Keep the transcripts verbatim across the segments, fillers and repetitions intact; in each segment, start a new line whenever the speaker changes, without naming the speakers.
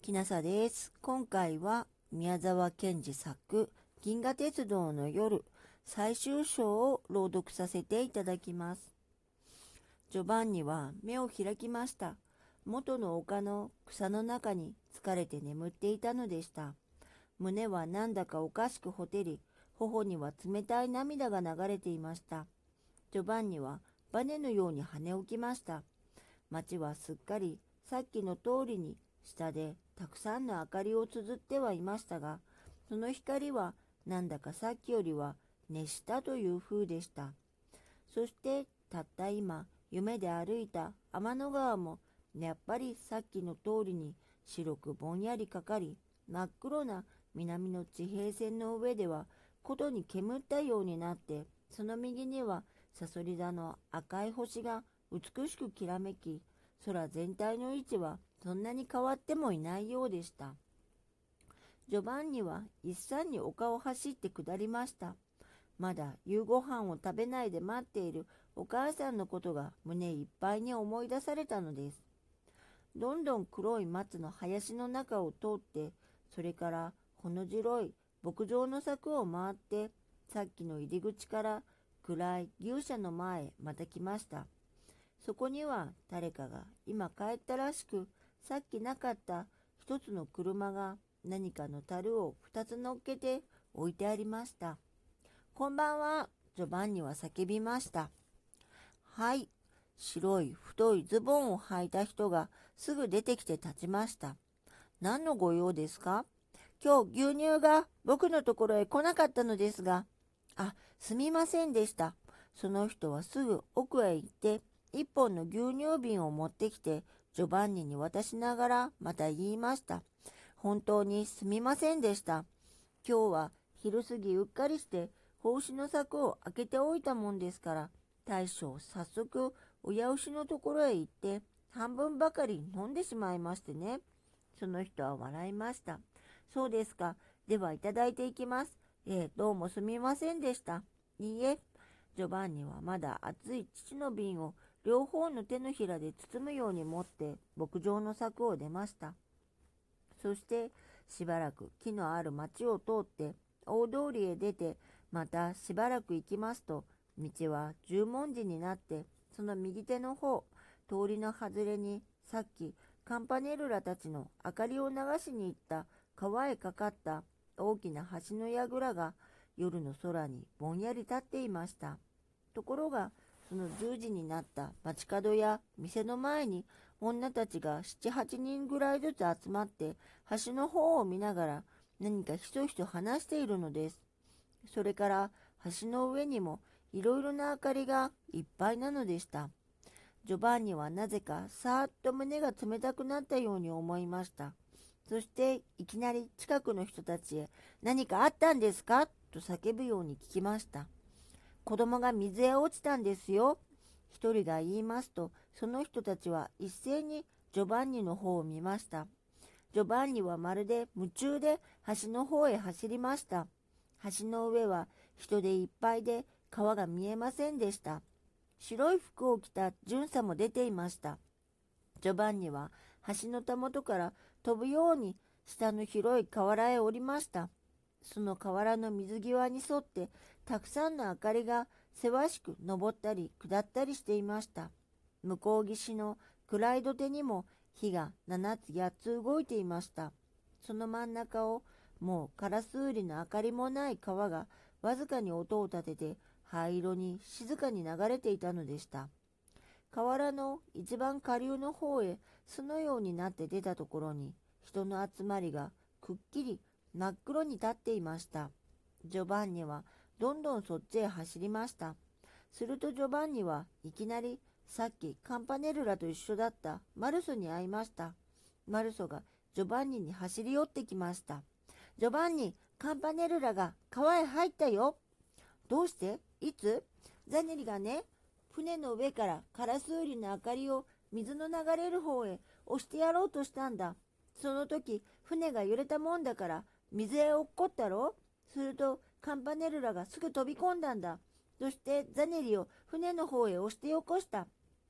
きなさです。今回は宮沢賢治作銀河鉄道の夜最終章を朗読させていただきます。ジョバンニは目を開きました。元の丘の草の中に疲れて眠っていたのでした。胸はなんだかおかしくほてり、頬には冷たい涙が流れていました。ジョバンニはバネのように跳ね起きました。街はすっかりさっきの通りに下でたくさんの明かりを綴ってはいましたが、その光はなんだかさっきよりは熱したという風でした。そしてたった今夢で歩いた天の川もやっぱりさっきの通りに白くぼんやりかかり、真っ黒な南の地平線の上ではことに煙ったようになって、その右にはさそり座の赤い星が美しくきらめき、空全体の位置はそんなに変わってもいないようでした。ジョバンニは一山に丘を走って下りました。まだ夕ご飯を食べないで待っているお母さんのことが胸いっぱいに思い出されたのです。どんどん黒い松の林の中を通って、それからほの白い牧場の柵を回って、さっきの入り口から暗い牛舎の前へまた来ました。そこには誰かが今帰ったらしく、さっきなかった一つの車が何かの樽を二つ乗っけて置いてありました。こんばんは、ジョバンニは叫びました。はい、白い太いズボンを履いた人がすぐ出てきて立ちました。何のご用ですか？今日牛乳が僕のところへ来なかったのですが。あ、すみませんでした。その人はすぐ奥へ行って一本の牛乳瓶を持ってきてジョバンニに渡しながらまた言いました。本当にすみませんでした。今日は昼過ぎうっかりして子牛の柵を開けておいたもんですから、大将早速親牛のところへ行って半分ばかり飲んでしまいましてね。その人は笑いました。そうですか。ではいただいていきます。ええ、どうもすみませんでした。いいえ。ジョバンニはまだ熱い乳の瓶を両方の手のひらで包むように持って牧場の柵を出ました。そしてしばらく木のある町を通って大通りへ出て、またしばらく行きますと、道は十文字になって、その右手の方、通りの外れにさっきカンパネルラたちの明かりを流しに行った川へかかった大きな橋の櫓が夜の空にぼんやり立っていました。ところがそのじゅうじになった街角や店の前に女たちが七八人ぐらいずつ集まって橋の方を見ながら何かひそひそ話しているのです。それから橋の上にもいろいろな明かりがいっぱいなのでした。ジョバンニはなぜかさーっと胸が冷たくなったように思いました。そしていきなり近くの人たちへ何かあったんですかと叫ぶように聞きました。子供が水へ落ちたんですよ。一人が言いますと、その人たちは一斉にジョバンニの方を見ました。ジョバンニはまるで夢中で橋の方へ走りました。橋の上は人でいっぱいで川が見えませんでした。白い服を着た巡査も出ていました。ジョバンニは橋のたもとから飛ぶように下の広い河原へ降りました。その河原の水際に沿ってたくさんの明かりがせわしく上ったり下ったりしていました。向こう岸の暗い土手にも火が七つ八つ動いていました。その真ん中をもうカラスウリの明かりもない川がわずかに音を立てて灰色に静かに流れていたのでした。河原の一番下流の方へ巣のようになって出たところに人の集まりがくっきり真っ黒に立っていました。ジョバンニはどんどんそっちへ走りました。するとジョバンニはいきなりさっきカンパネルラと一緒だったマルソに会いました。マルソがジョバンニに走り寄ってきました。ジョバンニ、カンパネルラが川へ入ったよ。どうして？いつ？ザネリがね、船の上からカラスウリの明かりを水の流れる方へ押してやろうとしたんだ。その時船が揺れたもんだから水へ落っこったろ。するとカンパネルラがすぐ飛び込んだんだ。そしてザネリを船の方へ押してよこした。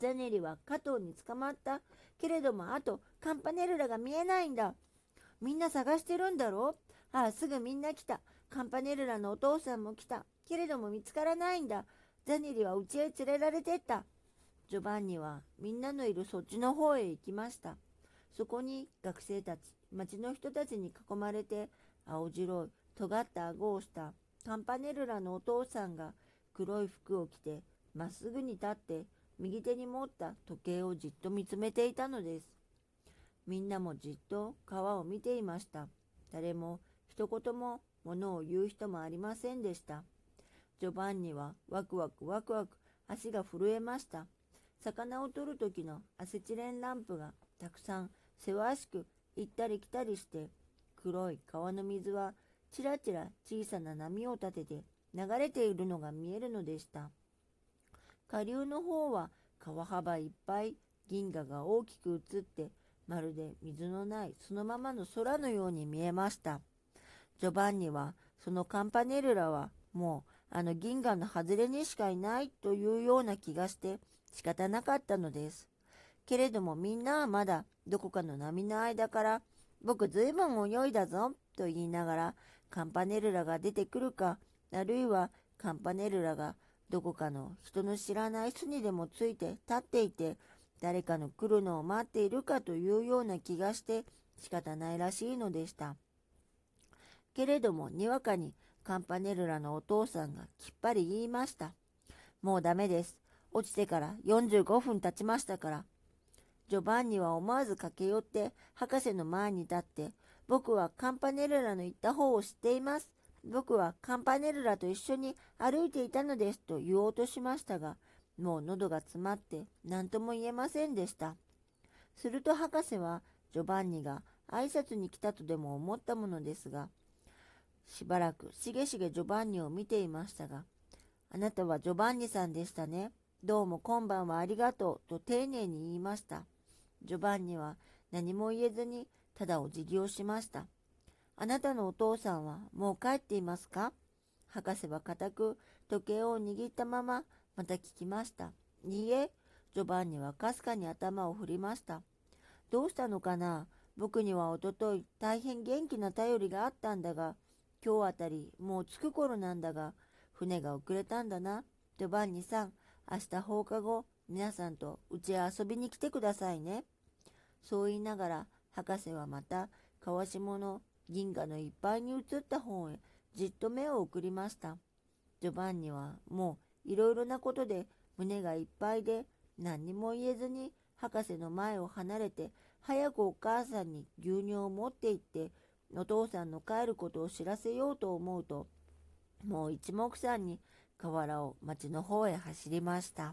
ザネリは加藤に捕まった。けれどもあとカンパネルラが見えないんだ。みんな探してるんだろう。ああ、すぐみんな来た。カンパネルラのお父さんも来た。けれども見つからないんだ。ザネリは家へ連れられてった。ジョバンニはみんなのいるそっちの方へ行きました。そこに学生たち、町の人たちに囲まれて、青白い、尖った顎をしたカンパネルラのお父さんが黒い服を着て、まっすぐに立って、右手に持った時計をじっと見つめていたのです。みんなもじっと川を見ていました。誰も一言も物を言う人もありませんでした。ジョバンニはワクワクワクワク足が震えました。魚を取る時のアセチレンランプがたくさんせわしく行ったり来たりして、黒い川の水はちらちら小さな波を立てて流れているのが見えるのでした。下流の方は川幅いっぱい銀河が大きく映って、まるで水のないそのままの空のように見えました。ジョバンニはそのカンパネルラはもうあの銀河の外れにしかいないというような気がして仕方なかったのです。けれどもみんなはまだどこかの波の間から僕ずいぶん泳いだぞと言いながらカンパネルラが出てくるか、あるいはカンパネルラがどこかの人の知らない巣にでもついて立っていて、誰かの来るのを待っているかというような気がして仕方ないらしいのでした。けれどもにわかにカンパネルラのお父さんがきっぱり言いました。もうダメです。落ちてからよんじゅうごふん経ちましたから。ジョバンニは思わず駆け寄って博士の前に立って、僕はカンパネルラの行った方を知っています。僕はカンパネルラと一緒に歩いていたのですと言おうとしましたが、もう喉が詰まって何とも言えませんでした。すると博士はジョバンニが挨拶に来たとでも思ったものですが、しばらくしげしげジョバンニを見ていましたが、あなたはジョバンニさんでしたね。どうも今晩はありがとうと丁寧に言いました。ジョバンニは何も言えずにただお辞儀をしました。あなたのお父さんはもう帰っていますか？博士は固く時計を握ったまままた聞きました。いいえ、ジョバンニはかすかに頭を振りました。どうしたのかな？僕にはおととい大変元気な便りがあったんだが、今日あたりもう着く頃なんだが、船が遅れたんだな。ジョバンニさん、明日放課後、皆さんとうちへ遊びに来てくださいね。そう言いながら、博士はまた川下の銀河のいっぱいに映った方へじっと目を送りました。ジョバンニはもういろいろなことで胸がいっぱいで何にも言えずに博士の前を離れて、早くお母さんに牛乳を持って行ってお父さんの帰ることを知らせようと思うと、もう一目散に河原を町の方へ走りました。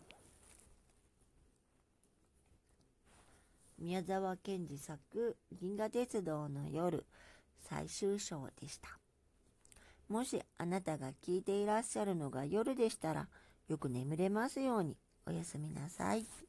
宮沢賢治作銀河鉄道の夜最終章でした。もしあなたが聞いていらっしゃるのが夜でしたら、よく眠れますように。おやすみなさい。